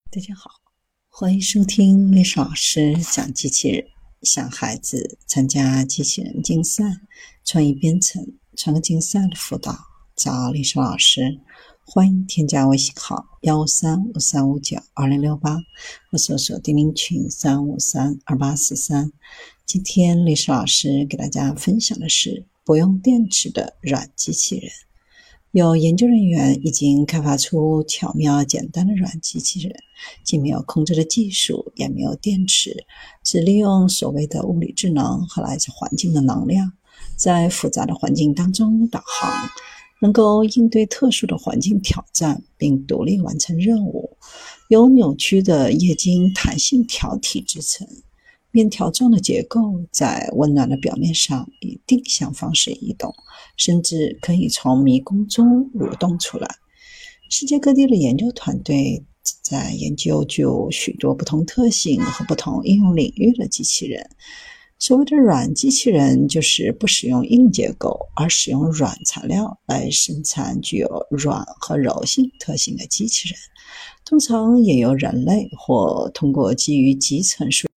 大家好，欢迎收听历史老师讲机器人，想孩子参加机器人竞赛、创意编程、创客竞赛的辅导，找历史老师。欢迎添加微信号15353592068，或搜索钉钉群3532843。今天历史老师给大家分享的是不用电池的软机器人。有研究人员已经开发出巧妙简单的软机器人，既没有控制的技术，也没有电池，只利用所谓的物理智能和来自环境的能量，在复杂的环境当中导航，能够应对特殊的环境挑战，并独立完成任务。由扭曲的液晶弹性条体制成，面条状的结构在温暖的表面上以定向方式移动，甚至可以从迷宫中蠕动出来。世界各地的研究团队在研究具有许多不同特性和不同应用领域的机器人。所谓的软机器人，就是不使用硬结构，而使用软材料来生产具有软和柔性特性的机器人，通常也由人类或通过基于集成数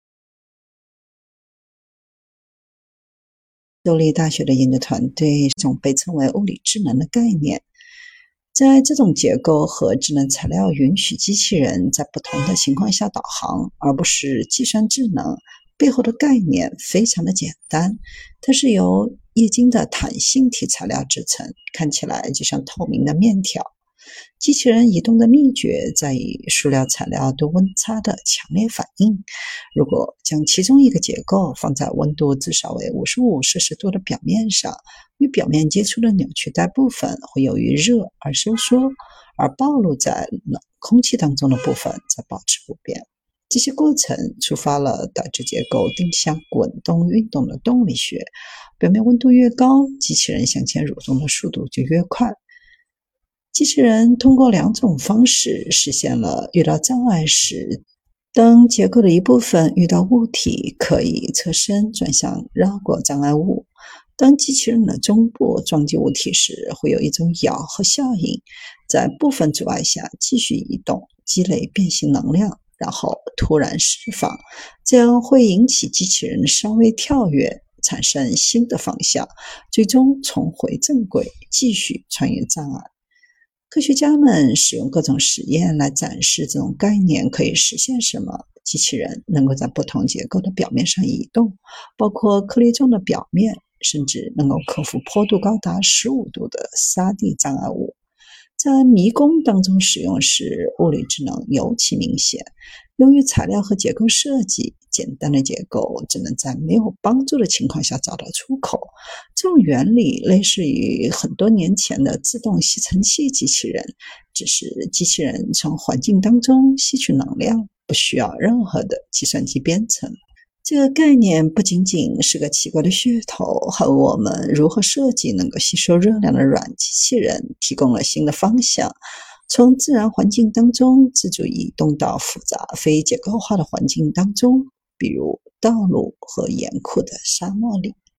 州立大学的研究团队一种被称为物理智能的概念。在这种结构和智能材料允许机器人在不同的情况下导航，而不是计算智能。背后的概念非常的简单，它是由液晶的弹性体材料制成，看起来就像透明的面条。机器人移动的秘诀在于塑料材料对温差的强烈反应。如果将其中一个结构放在温度至少为55摄氏度的表面上，与表面接触的扭曲带部分会由于热而收缩，而暴露在冷空气当中的部分则保持不变。这些过程触发了导致结构定向滚动运动的动力学，表面温度越高，机器人向前蠕动的速度就越快。机器人通过两种方式实现了遇到障碍时，当结构的一部分遇到物体，可以侧身转向绕过障碍物。当机器人的中部撞击物体时，会有一种咬合效应，在部分阻碍下继续移动，积累变形能量，然后突然释放，这样会引起机器人稍微跳跃，产生新的方向，最终重回正轨，继续穿越障碍。科学家们使用各种实验来展示这种概念可以实现什么。机器人能够在不同结构的表面上移动，包括颗粒状的表面，甚至能够克服坡度高达15度的沙地障碍物。在迷宫当中使用时，物理智能尤其明显。由于材料和结构设计，简单的结构只能在没有帮助的情况下找到出口。这种原理类似于很多年前的自动吸尘器机器人，只是机器人从环境当中吸取能量，不需要任何的计算机编程。这个概念不仅仅是个奇怪的噱头，和我们如何设计能够吸收热量的软机器人提供了新的方向。从自然环境当中自主移动到复杂非结构化的环境当中，比如道路和严酷的沙漠里。